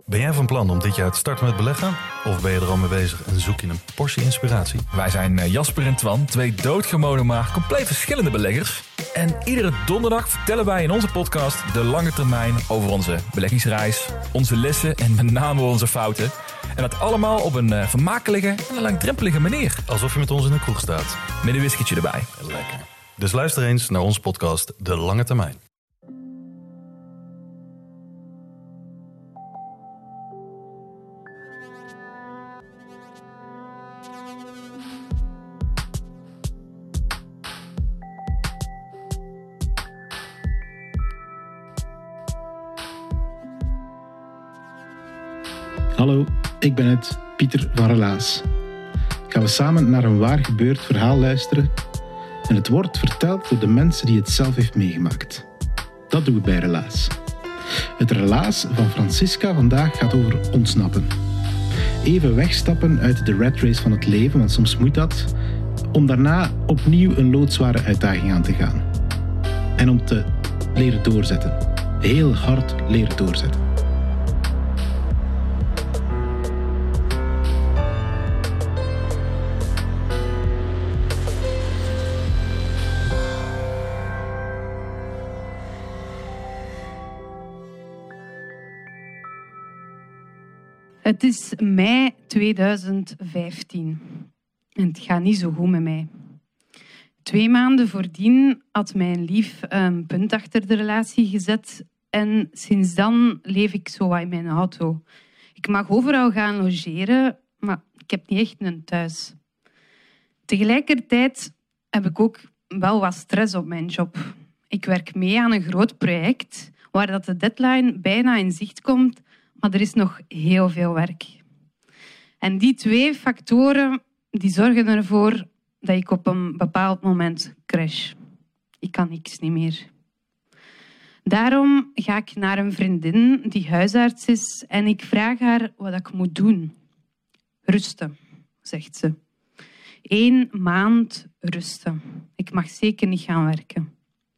Ben jij van plan om dit jaar te starten met beleggen? Of ben je er al mee bezig en zoek je een portie inspiratie? Wij zijn Jasper en Twan, twee doodgewone maar compleet verschillende beleggers. En iedere donderdag vertellen wij in onze podcast de lange termijn over onze beleggingsreis, onze lessen en met name onze fouten. En dat allemaal op een vermakelijke en een langdrempelige manier. Alsof je met ons in een kroeg staat. Met een whiskytje erbij. Lekker. Dus luister eens naar onze podcast De Lange Termijn. Hallo, ik ben het, Pieter van Relaas. Gaan we samen naar een waar gebeurd verhaal luisteren en het wordt verteld door de mensen die het zelf heeft meegemaakt. Dat doen we bij Relaas. Het relaas van Francisca vandaag gaat over ontsnappen. Even wegstappen uit de rat race van het leven, want soms moet dat, om daarna opnieuw een loodzware uitdaging aan te gaan. En om te leren doorzetten. Heel hard leren doorzetten. Het is mei 2015 en het gaat niet zo goed met mij. 2 maanden voordien had mijn lief een punt achter de relatie gezet en sinds dan leef ik zo wat in mijn auto. Ik mag overal gaan logeren, maar ik heb niet echt een thuis. Tegelijkertijd heb ik ook wel wat stress op mijn job. Ik werk mee aan een groot project waar dat de deadline bijna in zicht komt, maar er is nog heel veel werk. En die 2 factoren die zorgen ervoor dat ik op een bepaald moment crash. Ik kan niks niet meer. Daarom ga ik naar een vriendin die huisarts is en ik vraag haar wat ik moet doen. Rusten, zegt ze. 1 maand rusten. Ik mag zeker niet gaan werken.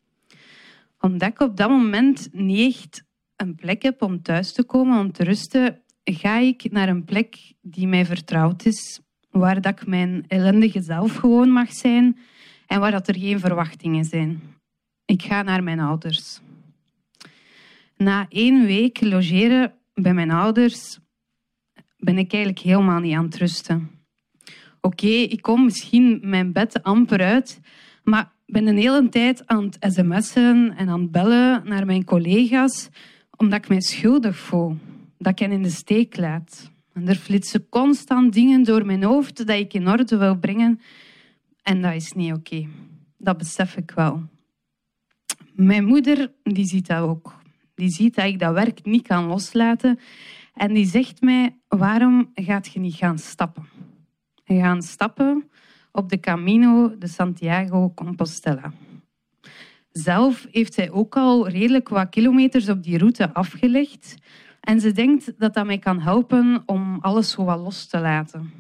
Omdat ik op dat moment niet echt een plek heb om thuis te komen, om te rusten, ga ik naar een plek die mij vertrouwd is, waar dat ik mijn ellendige zelf gewoon mag zijn en waar dat er geen verwachtingen zijn. Ik ga naar mijn ouders. Na 1 week logeren bij mijn ouders ben ik eigenlijk helemaal niet aan het rusten. Oké, ik kom misschien mijn bed amper uit, maar ik ben de hele tijd aan het sms'en en aan het bellen naar mijn collega's, omdat ik mij schuldig voel, dat ik hen in de steek laat. En er flitsen constant dingen door mijn hoofd dat ik in orde wil brengen. En dat is niet oké. Dat besef ik wel. Mijn moeder die ziet dat ook. Die ziet dat ik dat werk niet kan loslaten. En die zegt mij, waarom gaat je niet gaan stappen? We gaan stappen op de Camino de Santiago Compostela. Zelf heeft zij ook al redelijk wat kilometers op die route afgelegd. En ze denkt dat dat mij kan helpen om alles zo wat los te laten.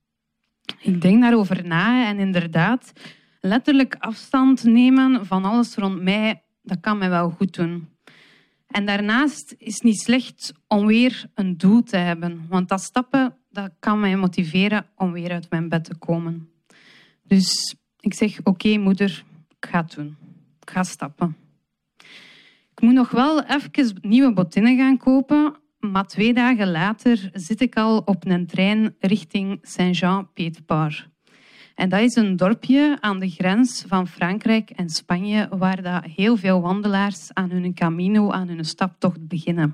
Ik denk daarover na en inderdaad, letterlijk afstand nemen van alles rond mij, dat kan mij wel goed doen. En daarnaast is het niet slecht om weer een doel te hebben. Want dat stappen, dat kan mij motiveren om weer uit mijn bed te komen. Dus ik zeg, oké, moeder, ik ga het doen. Ik ga stappen. Ik moet nog wel even nieuwe botinnen gaan kopen, maar 2 dagen later zit ik al op een trein richting Saint-Jean-Pied-de-Port. En dat is een dorpje aan de grens van Frankrijk en Spanje, waar dat heel veel wandelaars aan hun camino, aan hun staptocht beginnen.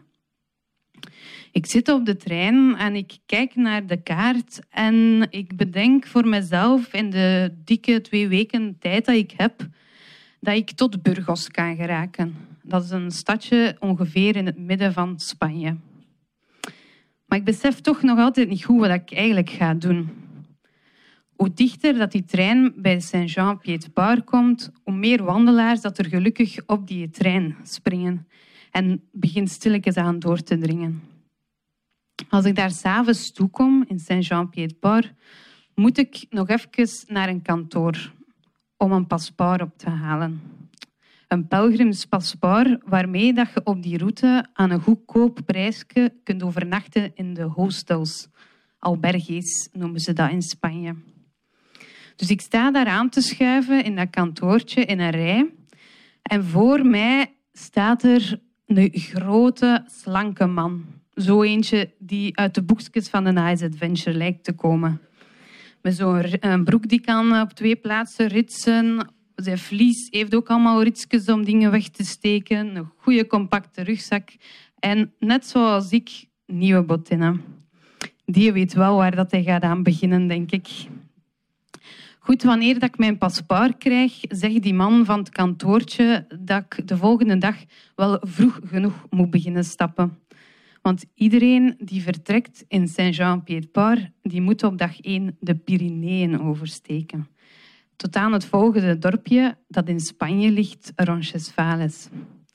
Ik zit op de trein en ik kijk naar de kaart en ik bedenk voor mezelf in de dikke 2 weken tijd dat ik heb, dat ik tot Burgos kan geraken. Dat is een stadje ongeveer in het midden van Spanje. Maar ik besef toch nog altijd niet goed wat ik eigenlijk ga doen. Hoe dichter dat die trein bij Saint-Jean-Pied-de-Port komt, hoe meer wandelaars dat er gelukkig op die trein springen en begint stilletjes aan door te dringen. Als ik daar 's avonds toekom in Saint-Jean-Pied-de-Port, moet ik nog even naar een kantoor om een paspoort op te halen. Een pelgrimspaspoort waarmee dat je op die route aan een goedkoop prijsje kunt overnachten in de hostels. Albergues noemen ze dat in Spanje. Dus ik sta daar aan te schuiven in dat kantoortje in een rij. En voor mij staat er een grote, slanke man. Zo eentje die uit de boekjes van een Ice Adventure lijkt te komen. Met zo'n broek die kan op 2 plaatsen ritsen. Zijn vlies heeft ook allemaal ritsjes om dingen weg te steken. Een goede, compacte rugzak. En net zoals ik, nieuwe botinnen. Die weet wel waar dat hij gaat aan beginnen, denk ik. Goed, wanneer dat ik mijn paspoort krijg, zegt die man van het kantoortje dat ik de volgende dag wel vroeg genoeg moet beginnen stappen. Want iedereen die vertrekt in Saint-Jean-Pied-de-Port, die moet op dag 1 de Pyreneeën oversteken. Tot aan het volgende dorpje dat in Spanje ligt, Roncesvalles.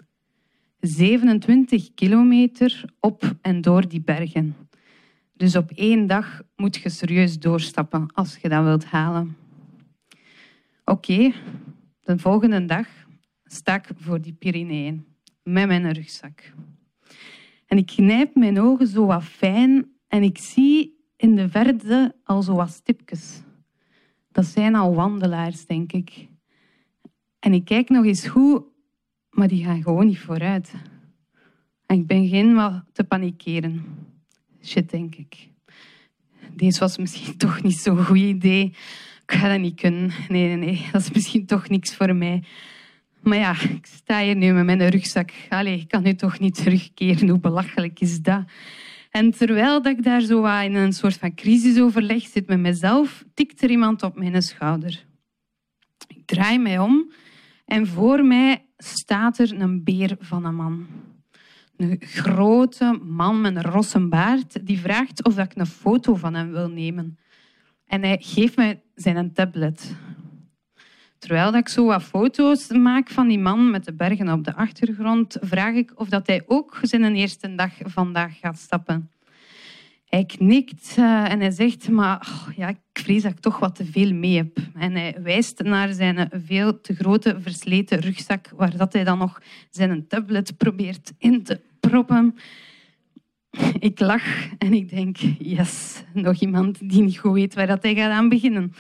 27 kilometer op en door die bergen. Dus op 1 dag moet je serieus doorstappen als je dat wilt halen. Oké, de volgende dag sta ik voor die Pyreneeën met mijn rugzak. En ik knijp mijn ogen zo wat fijn en ik zie in de verte al zo wat stipjes. Dat zijn al wandelaars, denk ik. En ik kijk nog eens goed, maar die gaan gewoon niet vooruit. En ik begin wel te panikeren. Shit, denk ik. Deze was misschien toch niet zo'n goed idee. Ik ga dat niet kunnen. Nee. Dat is misschien toch niks voor mij. Maar ja, ik sta hier nu met mijn rugzak. Allee, ik kan nu toch niet terugkeren. Hoe belachelijk is dat? En terwijl dat ik daar zo in een soort van crisisoverleg zit met mezelf, tikt er iemand op mijn schouder. Ik draai mij om en voor mij staat er een beer van een man. Een grote man met een rosse baard die vraagt of ik een foto van hem wil nemen. En hij geeft mij zijn tablet. Terwijl ik zo wat foto's maak van die man met de bergen op de achtergrond, vraag ik of dat hij ook zijn eerste dag vandaag gaat stappen. Hij knikt en hij zegt, maar ik vrees dat ik toch wat te veel mee heb. En hij wijst naar zijn veel te grote versleten rugzak, waar dat hij dan nog zijn tablet probeert in te proppen. Ik lach en ik denk, yes, nog iemand die niet goed weet waar dat hij gaat aan beginnen.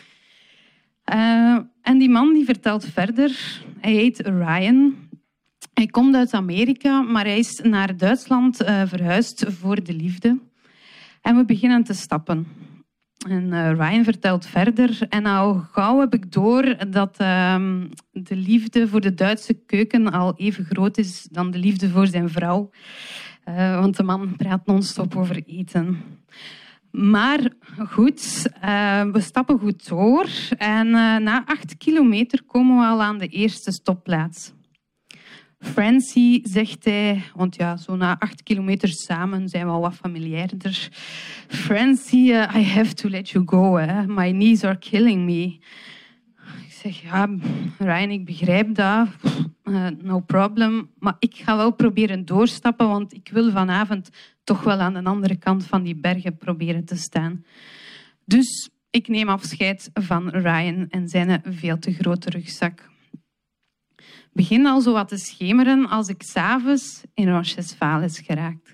En die man die vertelt verder. Hij heet Ryan. Hij komt uit Amerika, maar hij is naar Duitsland verhuisd voor de liefde. En we beginnen te stappen. En Ryan vertelt verder. En al gauw heb ik door dat de liefde voor de Duitse keuken al even groot is dan de liefde voor zijn vrouw. Want de man praat non-stop over eten. Maar goed, we stappen goed door. En na 8 kilometer komen we al aan de eerste stopplaats. Francie, zegt hij, want ja, zo na 8 kilometer samen zijn we al wat familiairder. Francie, I have to let you go. My knees are killing me. Ik zeg, ja, Ryan, ik begrijp dat. No problem. Maar ik ga wel proberen doorstappen, want ik wil vanavond toch wel aan de andere kant van die bergen proberen te staan. Dus ik neem afscheid van Ryan en zijn veel te grote rugzak. Het begint al zo wat te schemeren als ik 's avonds in Roncesvalles geraak.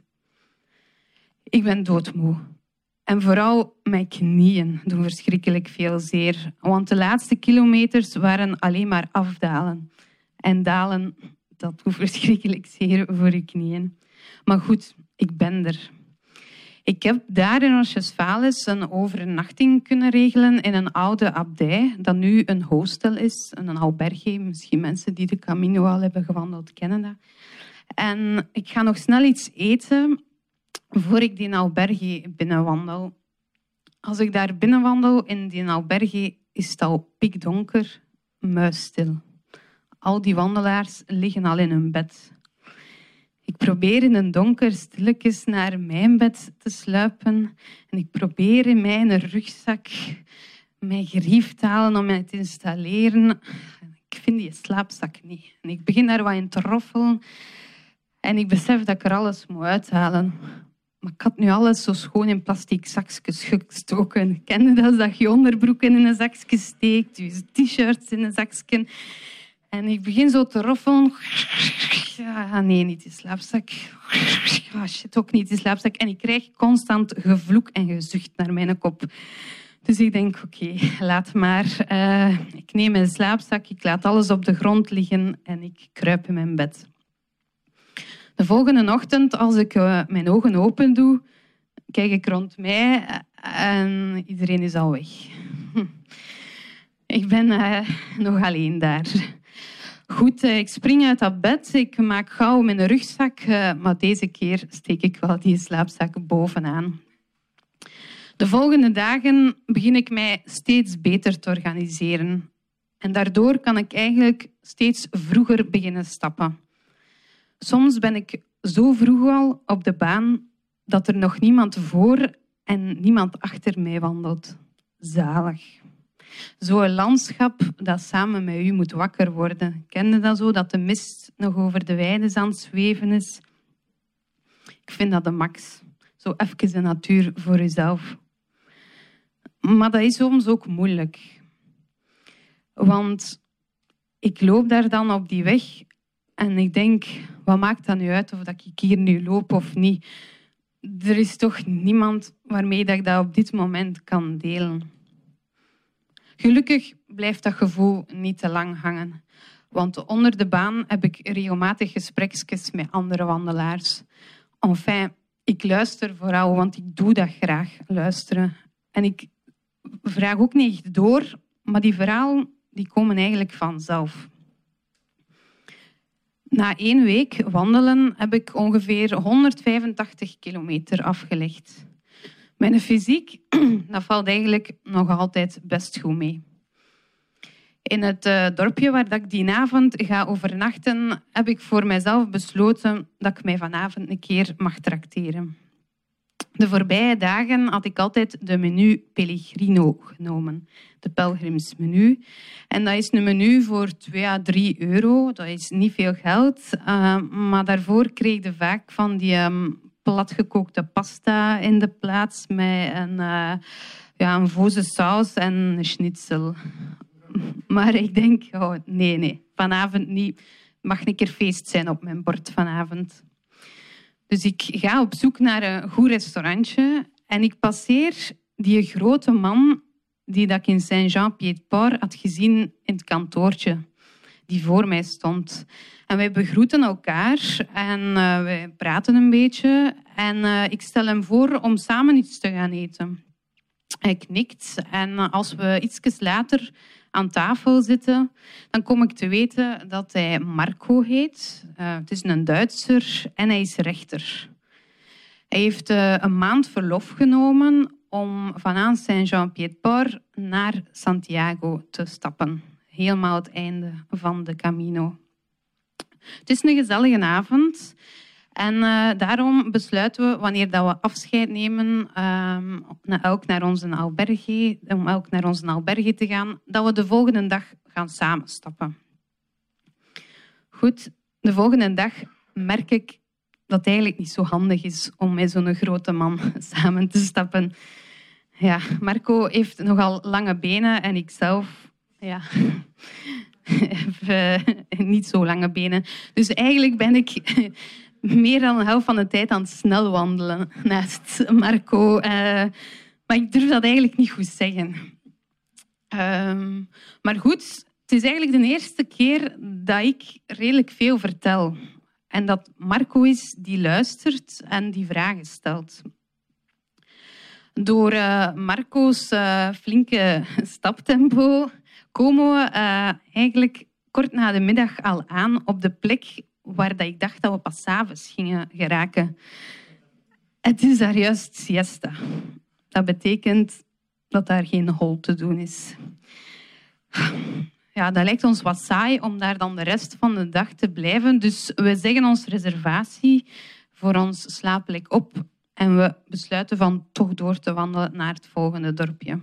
Ik ben doodmoe. En vooral mijn knieën doen verschrikkelijk veel zeer. Want de laatste kilometers waren alleen maar afdalen. En dalen, dat doet verschrikkelijk zeer voor je knieën. Maar goed, ik ben er. Ik heb daar in Roncesvalles een overnachting kunnen regelen in een oude abdij, dat nu een hostel is, een albergue. Misschien mensen die de Camino al hebben gewandeld kennen dat. En ik ga nog snel iets eten voor ik die albergue binnenwandel. Als ik daar binnenwandel in die albergue, is het al pikdonker, muisstil. Al die wandelaars liggen al in hun bed. Ik probeer in het donker stilletjes naar mijn bed te sluipen. En ik probeer in mijn rugzak mijn gerief te halen om mij te installeren. Ik vind die slaapzak niet. En ik begin daar wat in te roffelen. En ik besef dat ik er alles moet uithalen. Maar ik had nu alles zo schoon in plastic zakjes gestoken. Ken je dat je onderbroeken in een zakje steekt, je t-shirts in een zakje. En ik begin zo te roffelen. Ja, nee, niet die slaapzak. Oh, shit, ook niet die slaapzak. En ik krijg constant gevloek en gezucht naar mijn kop. Dus ik denk, oké, laat maar. Ik neem mijn slaapzak, ik laat alles op de grond liggen en ik kruip in mijn bed. De volgende ochtend, als ik mijn ogen open doe, kijk ik rond mij en iedereen is al weg. Ik ben nog alleen daar. Goed, ik spring uit dat bed, ik maak gauw mijn rugzak, maar deze keer steek ik wel die slaapzak bovenaan. De volgende dagen begin ik mij steeds beter te organiseren. En daardoor kan ik eigenlijk steeds vroeger beginnen stappen. Soms ben ik zo vroeg al op de baan dat er nog niemand voor en niemand achter mij wandelt. Zalig. Zo'n landschap dat samen met u moet wakker worden. Ken je dat zo, dat de mist nog over de weiden aan het zweven is? Ik vind dat de max. Zo even de natuur voor uzelf. Maar dat is soms ook moeilijk. Want ik loop daar dan op die weg en ik denk, wat maakt dat nu uit of dat ik hier nu loop of niet? Er is toch niemand waarmee dat ik dat op dit moment kan delen. Gelukkig blijft dat gevoel niet te lang hangen. Want onder de baan heb ik regelmatig gesprekjes met andere wandelaars. Enfin, ik luister vooral, want ik doe dat graag, luisteren. En ik vraag ook niet echt door, maar die verhalen die komen eigenlijk vanzelf. Na 1 week wandelen heb ik ongeveer 185 kilometer afgelegd. Mijn fysiek, dat valt eigenlijk nog altijd best goed mee. In het dorpje waar ik die avond ga overnachten, heb ik voor mijzelf besloten dat ik mij vanavond een keer mag trakteren. De voorbije dagen had ik altijd de menu Pellegrino genomen, de pelgrimsmenu. En dat is een menu voor 2 à 3 euro. Dat is niet veel geld, maar daarvoor kreeg je vaak van die platgekookte pasta in de plaats met een voze saus en een schnitzel. Maar ik denk, nee, vanavond niet. Mag een keer feest zijn op mijn bord vanavond. Dus ik ga op zoek naar een goed restaurantje en ik passeer die grote man die dat ik in Saint-Jean-Pied-de-Port had gezien in het kantoortje, die voor mij stond. En wij begroeten elkaar en wij praten een beetje. En ik stel hem voor om samen iets te gaan eten. Hij knikt en als we iets later aan tafel zitten, dan kom ik te weten dat hij Marco heet. Het is een Duitser en hij is rechter. Hij heeft een maand verlof genomen om vanaf Saint-Jean-Pied-de-Port naar Santiago te stappen. Helemaal het einde van de Camino. Het is een gezellige avond. En daarom besluiten we, wanneer dat we afscheid nemen, om elk naar onze alberge te gaan, dat we de volgende dag gaan samenstappen. Goed, de volgende dag merk ik dat het eigenlijk niet zo handig is om met zo'n grote man samen te stappen. Ja, Marco heeft nogal lange benen en ikzelf heb niet zo lange benen. Dus eigenlijk ben ik meer dan de helft van de tijd aan het snel wandelen naast Marco. Maar ik durf dat eigenlijk niet goed zeggen. Maar goed, het is eigenlijk de eerste keer dat ik redelijk veel vertel. En dat Marco is die luistert en die vragen stelt. Door Marco's flinke staptempo komen we eigenlijk kort na de middag al aan op de plek waar ik dacht dat we pas 's avonds gingen geraken. Het is daar juist siesta. Dat betekent dat daar geen hol te doen is. Ja, dat lijkt ons wat saai om daar dan de rest van de dag te blijven. Dus we zeggen ons reservatie voor ons slaapplek op en we besluiten van toch door te wandelen naar het volgende dorpje.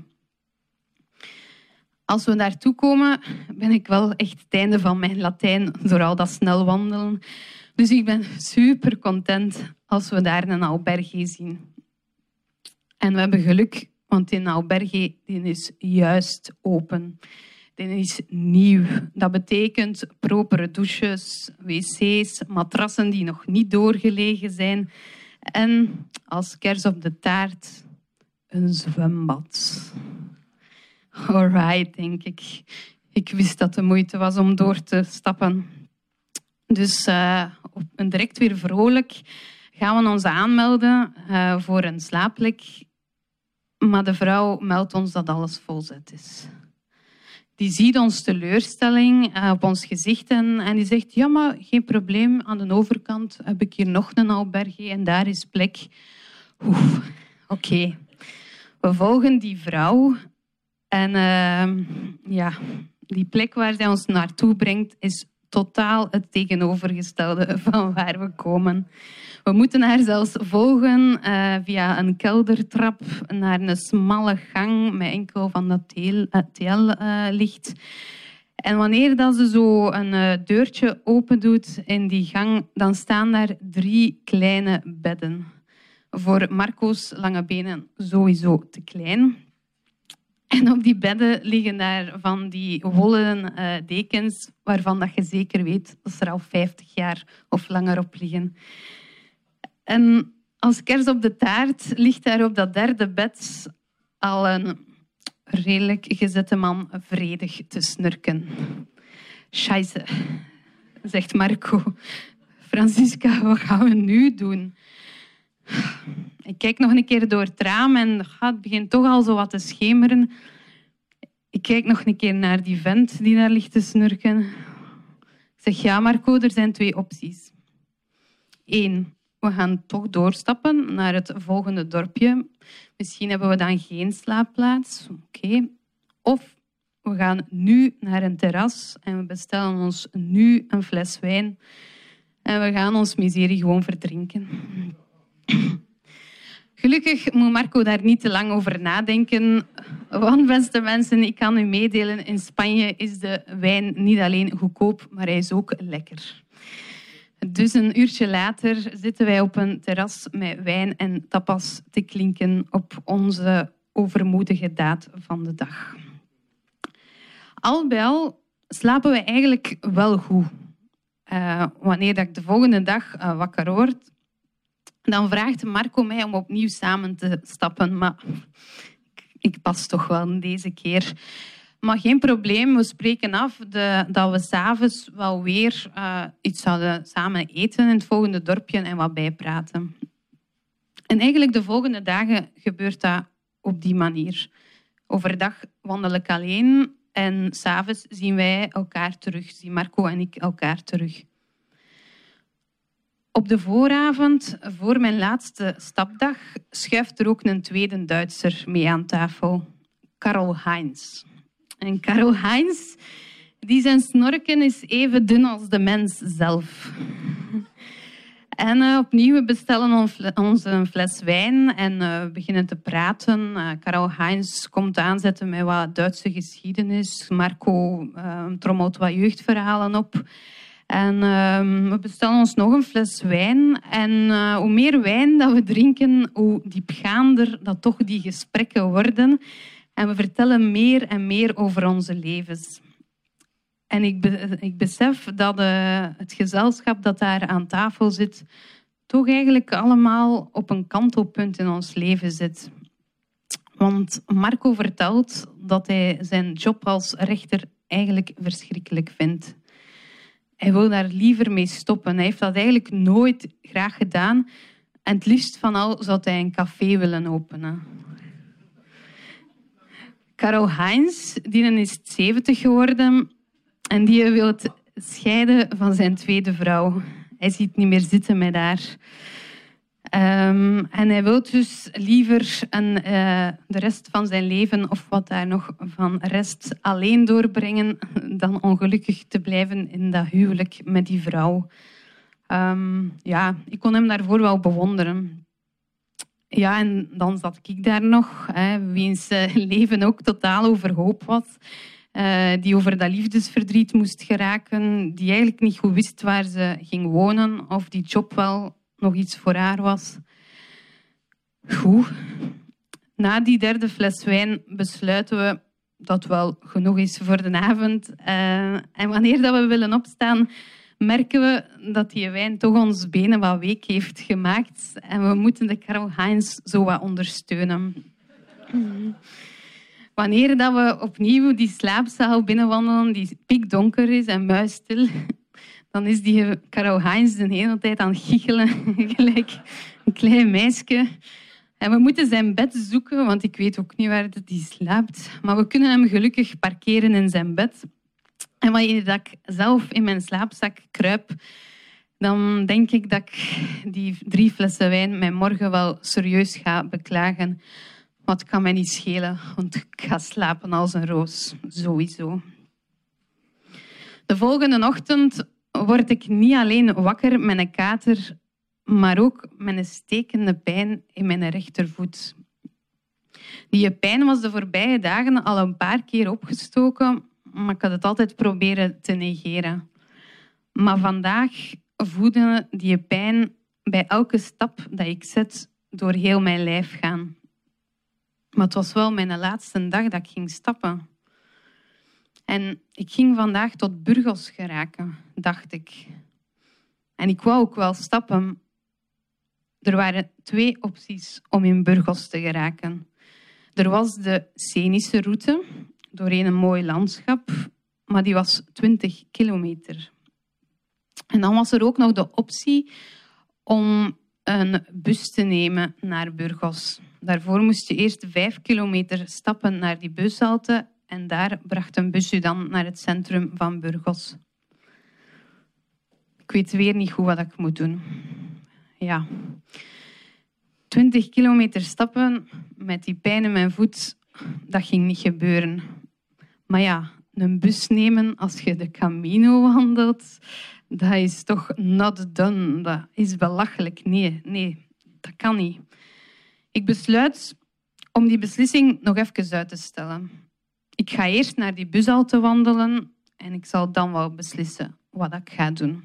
Als we daartoe komen, ben ik wel echt het einde van mijn Latijn door al dat snel wandelen. Dus ik ben super content als we daar een alberge zien. En we hebben geluk, want die alberge die is juist open. Dit is nieuw. Dat betekent propere douches, wc's, matrassen die nog niet doorgelegen zijn. En als kers op de taart, een zwembad. Alright, denk ik. Ik wist dat het de moeite was om door te stappen. Dus direct weer vrolijk gaan we ons aanmelden voor een slaapplek. Maar de vrouw meldt ons dat alles volzet is. Die ziet ons teleurstelling op ons gezicht en die zegt, ja, maar geen probleem. Aan de overkant heb ik hier nog een albergue en daar is plek. Oké. We volgen die vrouw en die plek waar zij ons naartoe brengt is totaal het tegenovergestelde van waar we komen. We moeten haar zelfs volgen via een keldertrap naar een smalle gang met enkel van dat TL-licht. En wanneer dat ze zo een deurtje opendoet in die gang, dan staan daar 3 kleine bedden. Voor Marco's lange benen sowieso te klein. En op die bedden liggen daar van die wollen dekens waarvan dat je zeker weet dat ze er al 50 jaar of langer op liggen. En als kers op de taart ligt daar op dat 3e bed al een redelijk gezette man vredig te snurken. Scheisse, zegt Marco. Francisca, wat gaan we nu doen? Ik kijk nog een keer door het raam en het begint toch al zo wat te schemeren. Ik kijk nog een keer naar die vent die daar ligt te snurken. Ik zeg, ja Marco, er zijn 2 opties. 1, we gaan toch doorstappen naar het volgende dorpje. Misschien hebben we dan geen slaapplaats. Oké. Of we gaan nu naar een terras en we bestellen ons nu een fles wijn. En we gaan ons miserie gewoon verdrinken. Gelukkig moet Marco daar niet te lang over nadenken. Want, beste mensen, ik kan u meedelen, in Spanje is de wijn niet alleen goedkoop, maar hij is ook lekker. Dus een uurtje later zitten wij op een terras met wijn en tapas te klinken op onze overmoedige daad van de dag. Al bij al slapen we eigenlijk wel goed. Wanneer ik de volgende dag wakker word, dan vraagt Marco mij om opnieuw samen te stappen. Maar ik pas toch wel deze keer. Maar geen probleem, we spreken af dat we 's avonds wel weer iets zouden samen eten in het volgende dorpje en wat bijpraten. En eigenlijk de volgende dagen gebeurt dat op die manier. Overdag wandel ik alleen en 's avonds zien wij elkaar terug. Zien Marco en ik elkaar terug. Op de vooravond, voor mijn laatste stapdag, schuift er ook een tweede Duitser mee aan tafel. Karl-Heinz. En Karl-Heinz, die zijn snorken is even dun als de mens zelf. En opnieuw, we bestellen ons een fles wijn en we beginnen te praten. Karl-Heinz komt aanzetten met wat Duitse geschiedenis. Marco trommelt wat jeugdverhalen op. En we bestellen ons nog een fles wijn. En hoe meer wijn dat we drinken, hoe diepgaander dat toch die gesprekken worden. En we vertellen meer en meer over onze levens. En ik besef dat het gezelschap dat daar aan tafel zit, toch eigenlijk allemaal op een kantelpunt in ons leven zit. Want Marco vertelt dat hij zijn job als rechter eigenlijk verschrikkelijk vindt. Hij wil daar liever mee stoppen. Hij heeft dat eigenlijk nooit graag gedaan. En het liefst van al zou hij een café willen openen. Karl-Heinz, die is 70 geworden en die wil het scheiden van zijn tweede vrouw. Hij ziet niet meer zitten met haar. En hij wil dus liever de rest van zijn leven, of wat daar nog van rest, alleen doorbrengen dan ongelukkig te blijven in dat huwelijk met die vrouw. Ik kon hem daarvoor wel bewonderen. Ja, en dan zat ik daar nog, wiens leven ook totaal overhoop was. Die over dat liefdesverdriet moest geraken. Die eigenlijk niet goed wist waar ze ging wonen. Of die job wel nog iets voor haar was. Goed. Na die derde fles wijn besluiten we dat wel genoeg is voor de avond. En wanneer dat we willen opstaan, merken we dat die wijn toch ons benen wat week heeft gemaakt. En we moeten de Karel Heinz zo wat ondersteunen. Wanneer dat we opnieuw die slaapzaal binnenwandelen, die pikdonker is en muisstil, dan is die Karel Heinz de hele tijd aan het giechelen, gelijk een klein meisje. En we moeten zijn bed zoeken, want ik weet ook niet waar hij slaapt. Maar we kunnen hem gelukkig parkeren in zijn bed. En wanneer dat ik zelf in mijn slaapzak kruip, dan denk ik dat ik die 3 flessen wijn mij morgen wel serieus ga beklagen. Maar het kan mij niet schelen, want ik ga slapen als een roos. Sowieso. De volgende ochtend word ik niet alleen wakker met een kater, maar ook met een stekende pijn in mijn rechtervoet. Die pijn was de voorbije dagen al een paar keer opgestoken, maar ik had het altijd proberen te negeren. Maar vandaag voelde die pijn bij elke stap dat ik zet door heel mijn lijf gaan. Maar het was wel mijn laatste dag dat ik ging stappen. En ik ging vandaag tot Burgos geraken, dacht ik. En ik wou ook wel stappen. Er waren 2 opties om in Burgos te geraken. Er was de scenische route, doorheen een mooi landschap, maar die was 20 kilometer. En dan was er ook nog de optie om een bus te nemen naar Burgos. Daarvoor moest je eerst 5 kilometer stappen naar die bushalte en daar bracht een bus je dan naar het centrum van Burgos. Ik weet weer niet goed wat ik moet doen. Ja. 20 kilometer stappen met die pijn in mijn voet, dat ging niet gebeuren. Maar ja, een bus nemen als je de Camino wandelt, dat is toch not done. Dat is belachelijk. Nee, dat kan niet. Ik besluit om die beslissing nog even uit te stellen. Ik ga eerst naar die bushalte wandelen en ik zal dan wel beslissen wat ik ga doen.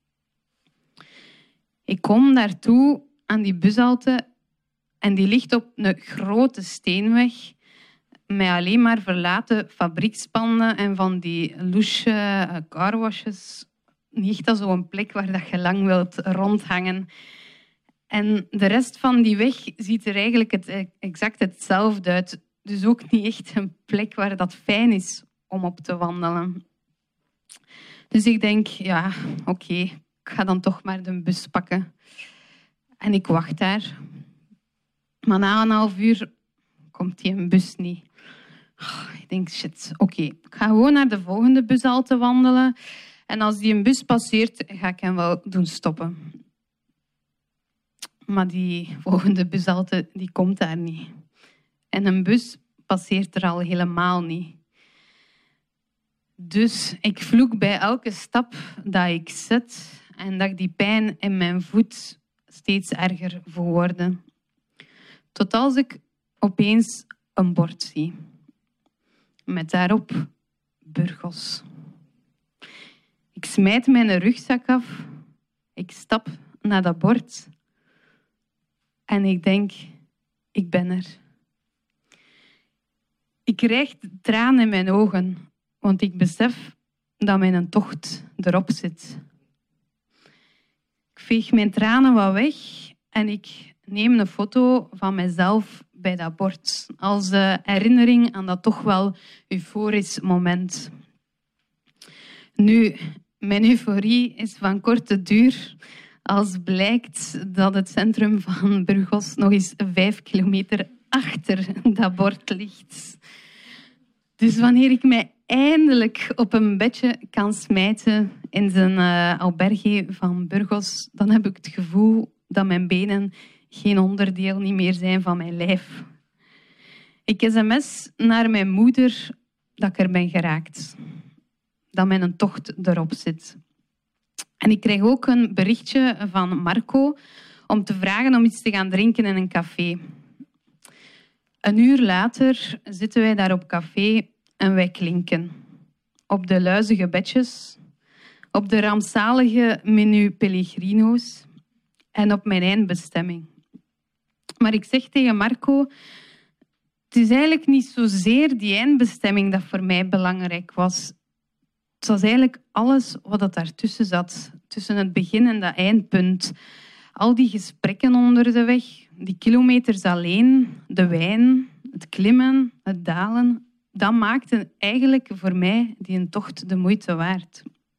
Ik kom daartoe aan die bushalte en die ligt op een grote steenweg met alleen maar verlaten fabriekspanden en van die louche carwashes. Niet echt als zo'n plek waar dat je lang wilt rondhangen. En de rest van die weg ziet er eigenlijk exact hetzelfde uit. Dus ook niet echt een plek waar dat fijn is om op te wandelen. Dus ik denk, ja, oké, ik ga dan toch maar de bus pakken. En ik wacht daar. Maar na een half uur komt die een bus niet. Ik denk, shit, oké. Ik ga gewoon naar de volgende bushalte wandelen. En als die een bus passeert, ga ik hem wel doen stoppen. Maar die volgende bushalte, die komt daar niet. En een bus passeert er al helemaal niet. Dus ik vloek bij elke stap dat ik zet en dat ik die pijn in mijn voet steeds erger voel worden. Tot als ik opeens een bord zie. Met daarop Burgos. Ik smijt mijn rugzak af. Ik stap naar dat bord. En ik denk, ik ben er. Ik krijg tranen in mijn ogen, want ik besef dat mijn tocht erop zit. Ik veeg mijn tranen wat weg en ik neem een foto van mezelf bij dat bord, als herinnering aan dat toch wel euforisch moment. Nu, mijn euforie is van korte duur, als blijkt dat het centrum van Burgos nog eens 5 kilometer achter dat bord ligt. Dus wanneer ik mij eindelijk op een bedje kan smijten in zijn albergue van Burgos, dan heb ik het gevoel dat mijn benen geen onderdeel niet meer zijn van mijn lijf. Ik sms naar mijn moeder dat ik er ben geraakt. Dat mijn tocht erop zit. En ik krijg ook een berichtje van Marco om te vragen om iets te gaan drinken in een café. Een uur later zitten wij daar op café en wij klinken. Op de luizige bedjes, op de rampzalige menu Pellegrino's en op mijn eindbestemming. Maar ik zeg tegen Marco, Het is eigenlijk niet zozeer die eindbestemming dat voor mij belangrijk was. Het was eigenlijk alles wat dat daartussen zat. Tussen het begin en dat eindpunt. Al die gesprekken onder de weg, die kilometers alleen, de wijn, het klimmen, het dalen. Dat maakte eigenlijk voor mij die een tocht de moeite waard.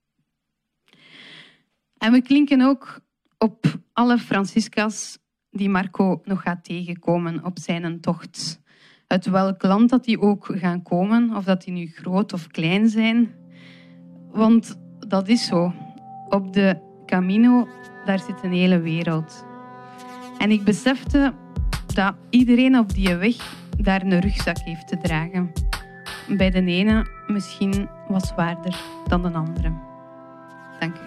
En we klinken ook op alle Francisca's die Marco nog gaat tegenkomen op zijn tocht. Uit welk land dat die ook gaan komen, of dat die nu groot of klein zijn. Want dat is zo. Op de Camino, daar zit een hele wereld. En ik besefte dat iedereen op die weg daar een rugzak heeft te dragen. Bij de ene misschien wat zwaarder dan de andere. Dank u.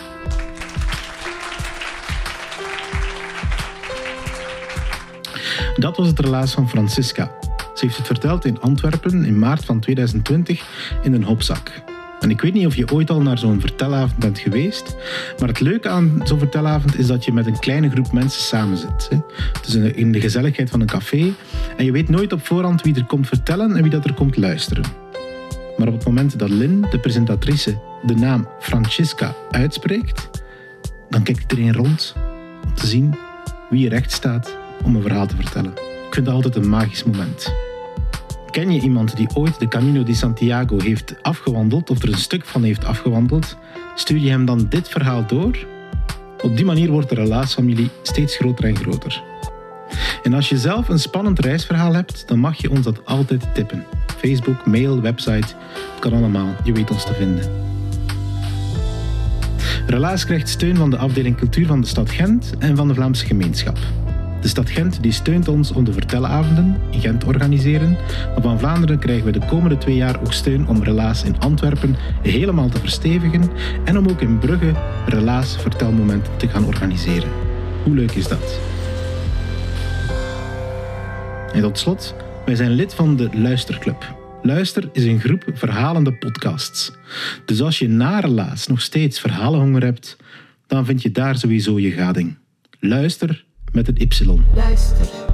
Dat was het relaas van Francisca. Ze heeft het verteld in Antwerpen in maart van 2020 in een hopzak. En ik weet niet of je ooit al naar zo'n vertelavond bent geweest, maar het leuke aan zo'n vertelavond is dat je met een kleine groep mensen samen zit. Dus in de gezelligheid van een café. En je weet nooit op voorhand wie er komt vertellen en wie dat er komt luisteren. Maar op het moment dat Lynn, de presentatrice, de naam Francisca uitspreekt, dan kijkt iedereen rond om te zien wie er recht staat om een verhaal te vertellen. Ik vind dat altijd een magisch moment. Ken je iemand die ooit de Camino de Santiago heeft afgewandeld of er een stuk van heeft afgewandeld? Stuur je hem dan dit verhaal door? Op die manier wordt de relaasfamilie steeds groter en groter. En als je zelf een spannend reisverhaal hebt, dan mag je ons dat altijd tippen. Facebook, mail, website, het kan allemaal. Je weet ons te vinden. Relaas krijgt steun van de afdeling cultuur van de stad Gent en van de Vlaamse gemeenschap. De stad Gent die steunt ons om de vertelavonden in Gent te organiseren. Maar van Vlaanderen krijgen we de komende 2 jaar ook steun om Relaas in Antwerpen helemaal te verstevigen en om ook in Brugge Relaas vertelmomenten te gaan organiseren. Hoe leuk is dat? En tot slot, wij zijn lid van de Luisterclub. Luister is een groep verhalende podcasts. Dus als je na Relaas nog steeds verhalenhonger hebt, dan vind je daar sowieso je gading. Luister met een Y. Luister.